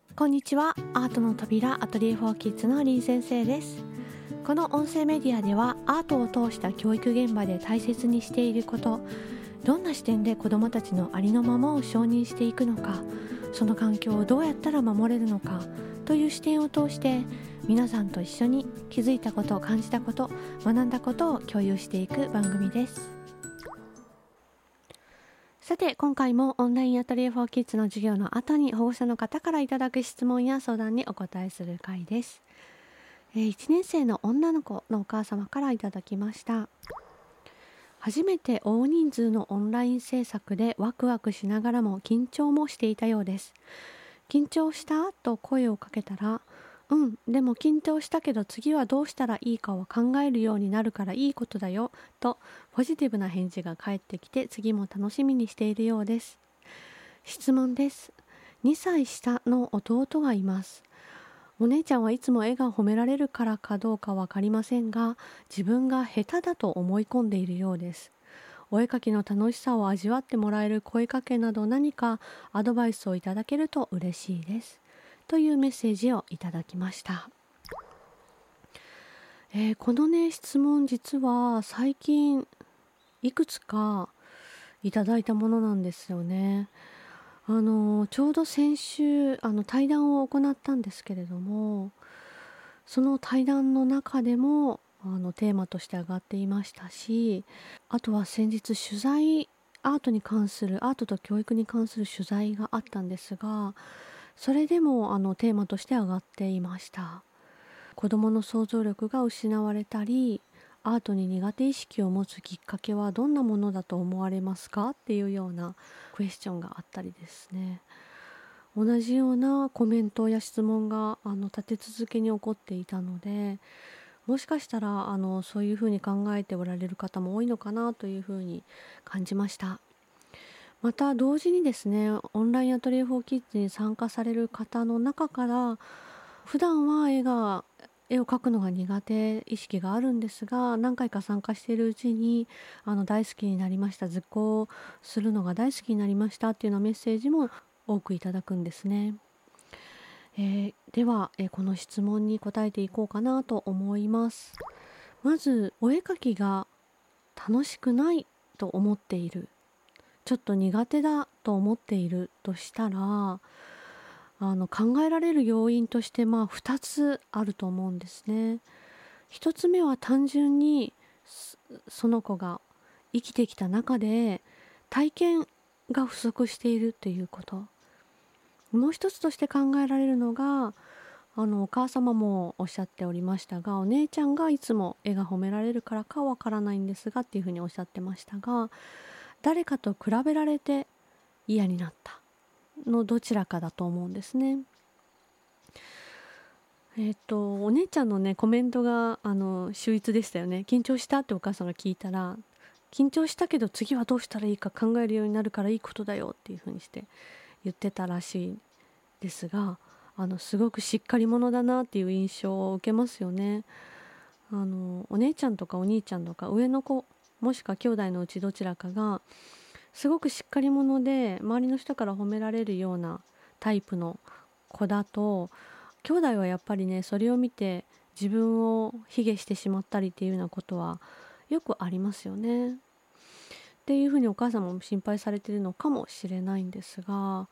こんにちは。アートの扉アトリエ4キッズの林先生です。この音声メディアではアートを通した教育現場で大切にしていること、どんな視点で子どもたちのありのままを承認していくのか、その環境をどうやったら守れるのかという視点を通して皆さんと一緒に気づいたこと、感じたこと、学んだことを共有していく番組です。さて、今回もオンラインアトリエ4キッズの授業の後に保護者の方からいただく質問や相談にお答えする回です。1年生の女の子のお母様からいただきました。初めて大人数のオンライン制作でワクワクしながらも緊張もしていたようです。緊張したと声をかけたら、でも緊張したけど次はどうしたらいいかを考えるようになるからいいことだよとポジティブな返事が返ってきて、次も楽しみにしているようです。質問です。2歳下の弟がいます。お姉ちゃんはいつも絵が褒められるからかどうかわかりませんが、自分が下手だと思い込んでいるようです。お絵かきの楽しさを味わってもらえる声かけなど何かアドバイスをいただけると嬉しいです。というメッセージをいただきました。このね、質問実は最近いくつかいただいたものなんですよね。ちょうど先週対談を行ったんですけれども、その対談の中でもテーマとして上がっていましたし、あとは先日取材、アートに関するアートと教育に関する取材があったんですが、それでもテーマとして上がっていました。子どもの想像力が失われたり、アートに苦手意識を持つきっかけはどんなものだと思われますかっていうようなクエスチョンがあったりですね。同じようなコメントや質問が立て続けに起こっていたので、もしかしたらそういうふうに考えておられる方も多いのかなというふうに感じました。また同時にですね、オンラインアトリエ4キッズに参加される方の中から、普段は絵を描くのが苦手意識があるんですが、何回か参加しているうちに大好きになりました、図工するのが大好きになりましたっていうようなメッセージも多くいただくんですね。では、この質問に答えていこうかなと思います。まず、お絵描きが楽しくないと思っている、ちょっと苦手だと思っているとしたら、考えられる要因として2つあると思うんですね。1つ目は単純にその子が生きてきた中で体験が不足しているということ。もう一つとして考えられるのが、お母様もおっしゃっておりましたが、お姉ちゃんがいつも絵が褒められるからかわからないんですがっていうふうにおっしゃってましたが、誰かと比べられて嫌になったのどちらかだと思うんですね。お姉ちゃんのねコメントが秀逸でしたよね。緊張したってお母さんが聞いたら、緊張したけど次はどうしたらいいか考えるようになるからいいことだよっていう風にして言ってたらしいですが、すごくしっかり者だなっていう印象を受けますよね。お姉ちゃんとかお兄ちゃんとか上の子、もしくは兄弟のうちどちらかがすごくしっかり者で周りの人から褒められるようなタイプの子だと、兄弟はやっぱりね、それを見て自分を卑下してしまったりっていうようなことはよくありますよね。っていうふうにお母様も心配されているのかもしれないんですが、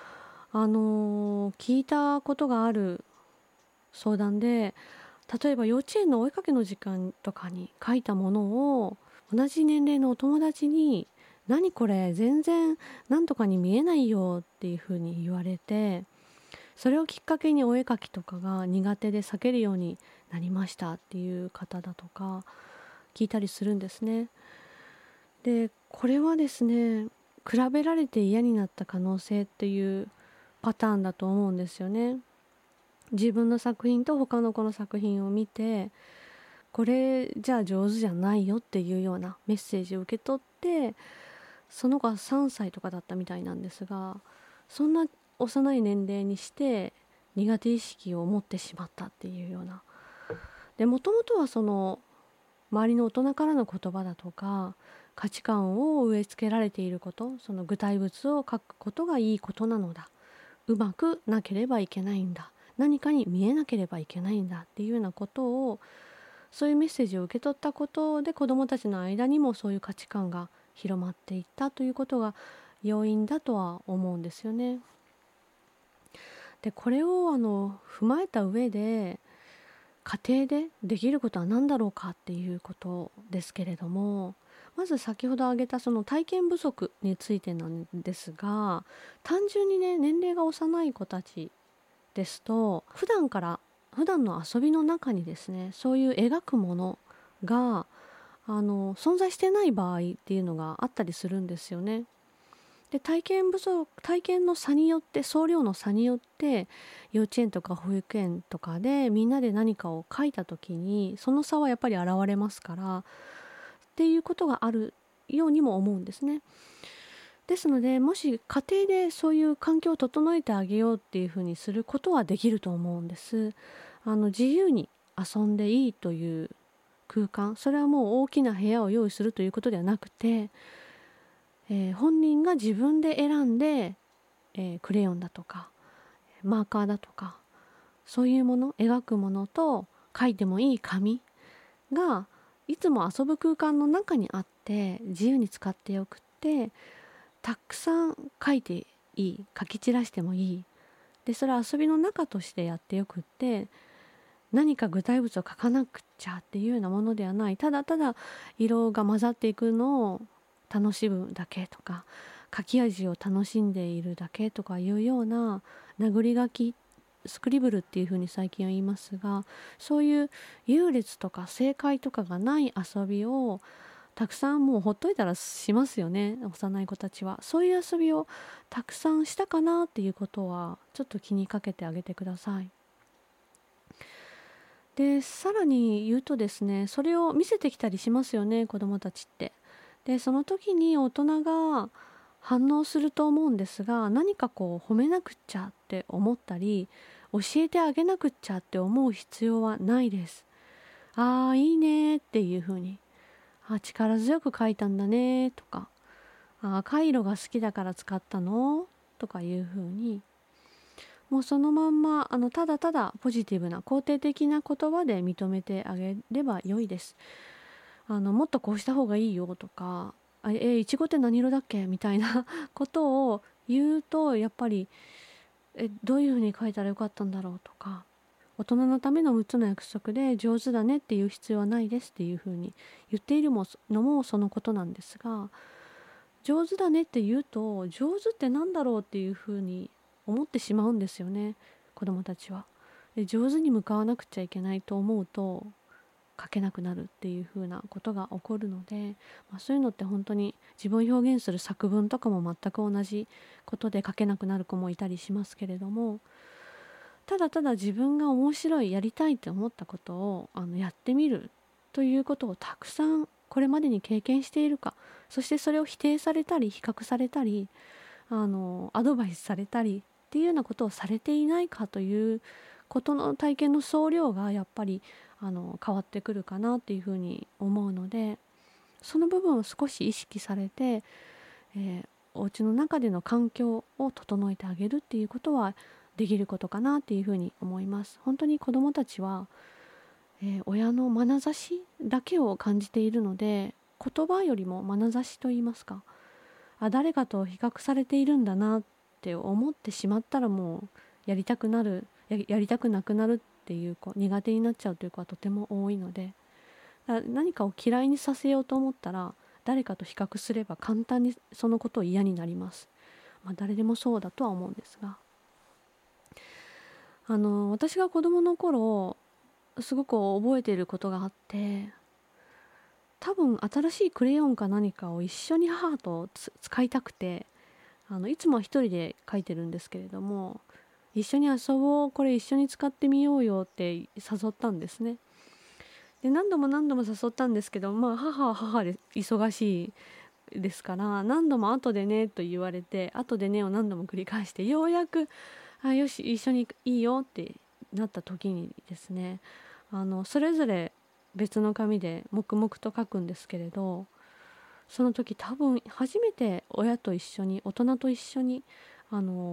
聞いたことがある相談で、例えば幼稚園のお絵かけの時間とかに描いたものを同じ年齢のお友達に「何これ全然なんとかに見えないよ」っていうふうに言われて、それをきっかけにお絵かきとかが苦手で避けるようになりましたっていう方だとか聞いたりするんですね。で、これはですね、比べられて嫌になった可能性っていうパターンだと思うんですよね。自分の作品と他の子の作品を見て、これじゃあ上手じゃないよっていうようなメッセージを受け取って、その子は3歳とかだったみたいなんですが、そんな幼い年齢にして苦手意識を持ってしまったっていうような。で、もともとはその周りの大人からの言葉だとか価値観を植え付けられていること、その具体物を描くことがいいことなのだ、 うまくなければいけないんだ、何かに見えなければいけないんだっていうようなことを、そういうメッセージを受け取ったことで子どもたちの間にもそういう価値観が広まっていったということが要因だとは思うんですよね。でこれを踏まえた上で、家庭でできることは何だろうかっていうことですけれども、まず先ほど挙げたその体験不足についてなんですが、単純にね、年齢が幼い子たちですと、普段の遊びの中にですね、そういう描くものが存在してない場合っていうのがあったりするんですよね。で体験の差によって、総量の差によって、幼稚園とか保育園とかでみんなで何かを書いた時にその差はやっぱり現れますからっていうことがあるようにも思うんですね。ですので、もし家庭でそういう環境を整えてあげようっていうふうにすることはできると思うんです。自由に遊んでいいという空間、それはもう大きな部屋を用意するということではなくて、本人が自分で選んで、クレヨンだとかマーカーだとか、そういうもの、描くものと書いてもいい紙がいつも遊ぶ空間の中にあって自由に使ってよくって、たくさん書いていい、書き散らしてもいい、でそれは遊びの中としてやってよくって、何か具体物を書かなくちゃっていうようなものではない、ただただ色が混ざっていくのを楽しむだけとか、書き味を楽しんでいるだけとかいうような、殴り書き、スクリブルっていうふうに最近は言いますが、そういう優劣とか正解とかがない遊びをたくさん、もうほっといたらしますよね、幼い子たちは。そういう遊びをたくさんしたかなっていうことはちょっと気にかけてあげてください。でさらに言うとですね、それを見せてきたりしますよね、子どもたちって。でその時に大人が反応すると思うんですが、何かこう褒めなくっちゃって思ったり、教えてあげなくっちゃって思う必要はないです。ああいいねっていう風に、力強く書いたんだねとか、赤い色が好きだから使ったのとかいう風に、もうそのまんまただただポジティブな肯定的な言葉で認めてあげれば良いです。もっとこうした方がいいよとか、いちごって何色だっけみたいなことを言うと、やっぱりどういうふうに書いたらよかったんだろうとか、大人のための6つの約束で上手だねっていう必要はないですっていうふうに言っているのもそのことなんですが、上手だねって言うと、上手ってなんだろうっていうふうに思ってしまうんですよね、子どもたちは。で上手に向かわなくちゃいけないと思うと書けなくなるっていう風なことが起こるので、そういうのって本当に自分を表現する作文とかも全く同じことで書けなくなる子もいたりしますけれども、ただただ自分が面白い、やりたいって思ったことをやってみるということをたくさんこれまでに経験しているか、そしてそれを否定されたり比較されたりアドバイスされたりっていうようなことをされていないかということの体験の総量がやっぱり変わってくるかなっていうふうに思うので、その部分を少し意識されて、お家の中での環境を整えてあげるっていうことはできることかなっていうふうに思います。本当に子どもたちは、親の眼差しだけを感じているので、言葉よりも眼差しと言いますか、誰かと比較されているんだなって思ってしまったら、もうやりたくなくなるっていう苦手になっちゃうという子はとても多いので、何かを嫌いにさせようと思ったら誰かと比較すれば簡単にそのことを嫌になります。誰でもそうだとは思うんですが、私が子供の頃すごく覚えていることがあって、多分新しいクレヨンか何かを一緒に母と使いたくて、いつもは一人で描いてるんですけれども、一緒に遊ぼう、これ一緒に使ってみようよって誘ったんですね。で何度も何度も誘ったんですけど、母は母で忙しいですから、何度も後でねと言われて、後でねを何度も繰り返して、ようやくよし一緒にいいよってなった時にですね、それぞれ別の紙で黙々と書くんですけれど、その時多分初めて親と一緒に、大人と一緒に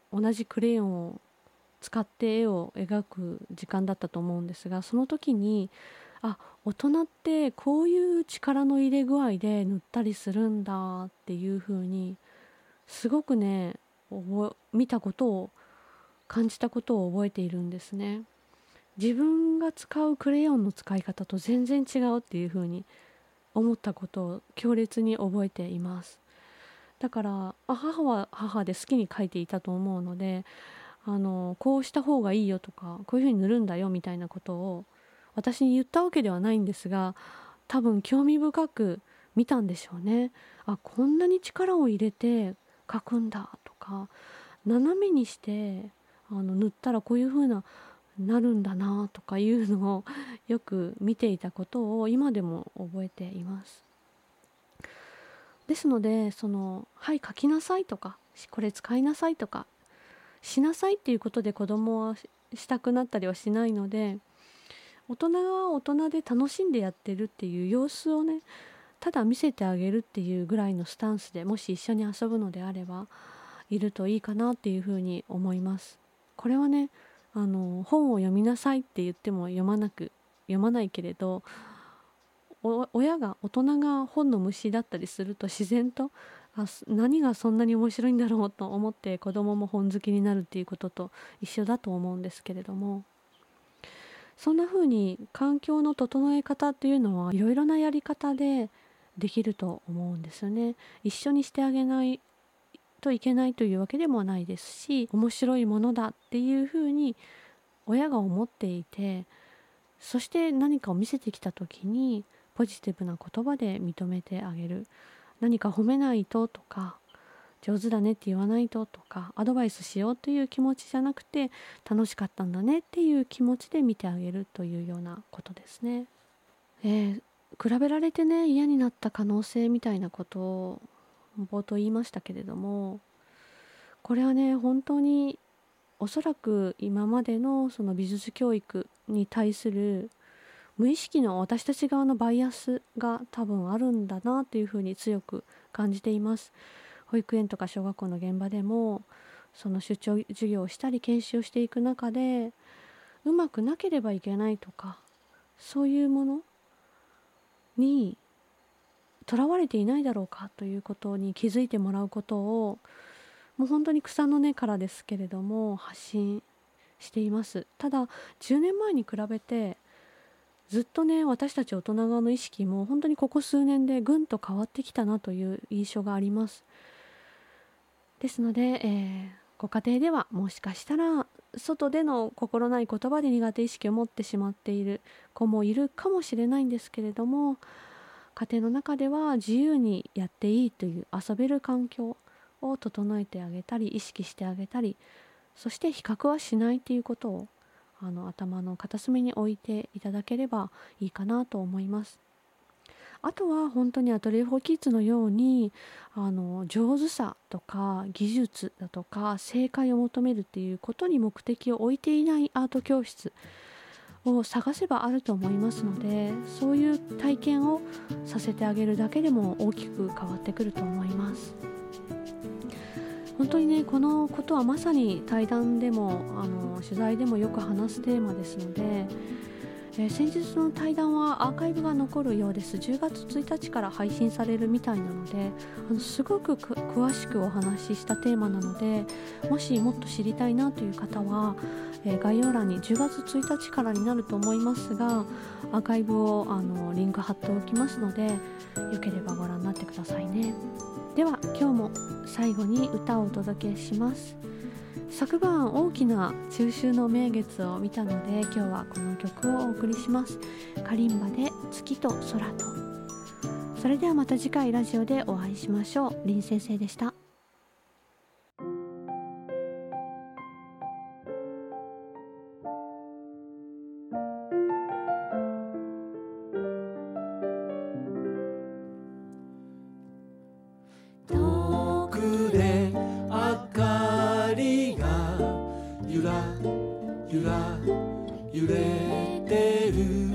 同じクレヨンを使って絵を描く時間だったと思うんですが、その時に大人ってこういう力の入れ具合で塗ったりするんだっていう風にすごくね見たことを感じたことを覚えているんですね。自分が使うクレヨンの使い方と全然違うっていう風に思ったことを強烈に覚えています。だから母は母で好きに描いていたと思うので、こうした方がいいよとかこういう風に塗るんだよみたいなことを私に言ったわけではないんですが、多分興味深く見たんでしょうね。こんなに力を入れて描くんだとか、斜めにして塗ったらこういう風ななるんだなとかいうのをよく見ていたことを今でも覚えています。ですのではい書きなさいとかこれ使いなさいとかしなさいっていうことで子供はしたくなったりはしないので、大人は大人で楽しんでやってるっていう様子をねただ見せてあげるっていうぐらいのスタンスでもし一緒に遊ぶのであればいるといいかなっていうふうに思います。これはね本を読みなさいって言っても読まないけれど、親が大人が本の虫だったりすると自然と何がそんなに面白いんだろうと思って子供も本好きになるっていうことと一緒だと思うんですけれども、そんな風に環境の整え方っていうのはいろいろなやり方でできると思うんですよね。一緒にしてあげないといけないというわけでもないですし、面白いものだっていう風に親が思っていて、そして何かを見せてきた時にポジティブな言葉で認めてあげる。何か褒めないととか上手だねって言わないととかアドバイスしようという気持ちじゃなくて、楽しかったんだねっていう気持ちで見てあげるというようなことですね。比べられてね嫌になった可能性みたいなことを冒頭言いましたけれども、これはね本当におそらく今までのその美術教育に対する無意識の私たち側のバイアスが多分あるんだなというふうに強く感じています。保育園とか小学校の現場でもその出張授業をしたり研修をしていく中で、うまくなければいけないとかそういうものにとらわれていないだろうかということに気づいてもらうことをもう本当に草の根からですけれども発信しています。ただ10年前に比べてずっとね私たち大人側の意識も本当にここ数年でぐんと変わってきたなという印象があります。ですので、ご家庭ではもしかしたら外での心ない言葉で苦手意識を持ってしまっている子もいるかもしれないんですけれども、家庭の中では自由にやっていいという遊べる環境を整えてあげたり意識してあげたり、そして比較はしないということを頭の片隅に置いていただければいいかなと思います。あとは本当にアトリエフォーキッズのように上手さとか技術だとか正解を求めるっていうことに目的を置いていないアート教室を探せばあると思いますので、そういう体験をさせてあげるだけでも大きく変わってくると思います。本当にねこのことはまさに対談でも取材でもよく話すテーマですので、先日の対談はアーカイブが残るようです。10月1日から配信されるみたいなのですごく詳しくお話ししたテーマなので、もしもっと知りたいなという方は、概要欄に10月1日からになると思いますがアーカイブをリンク貼っておきますので、よければご覧になってくださいね。では今日も最後に歌をお届けします。昨晩大きな中秋の名月を見たので今日はこの曲をお送りします。カリンバで月と空と。それではまた次回ラジオでお会いしましょう。林先生でした。 遠くで明かりがゆらゆら揺れてる。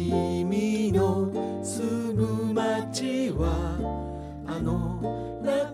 君の住む街はあの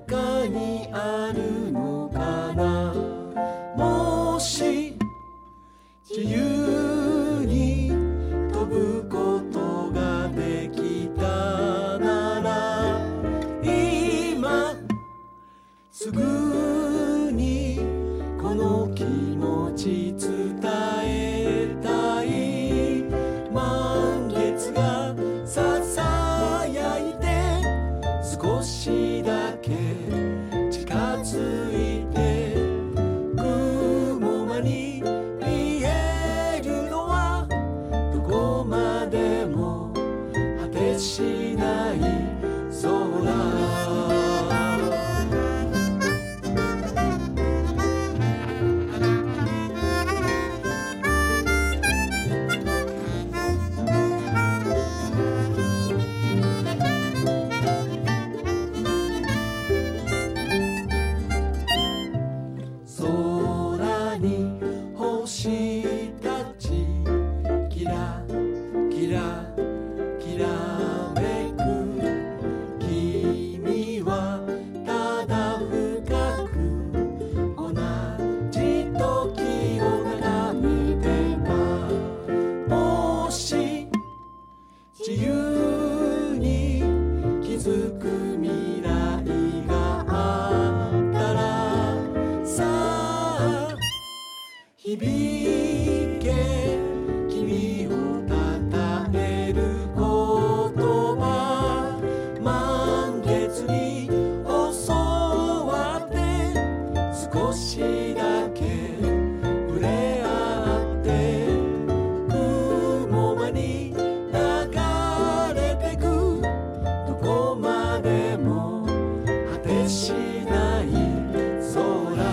響け君をたたえる言葉満月に教わって少しだけ触れ合って雲間に流れてくどこまでも果てしない空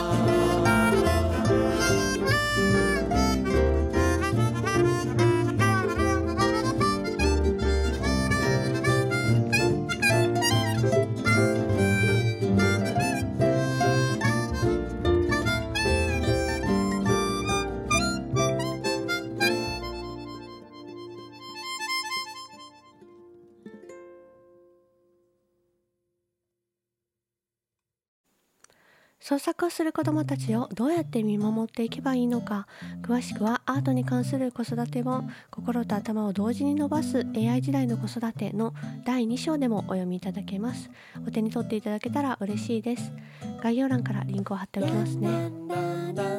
創作をする子どもたちをどうやって見守っていけばいいのか、詳しくはアートに関する子育て本心と頭を同時に伸ばす AI 時代の子育ての第2章でもお読みいただけます。お手に取っていただけたら嬉しいです。概要欄からリンクを貼っておきますね。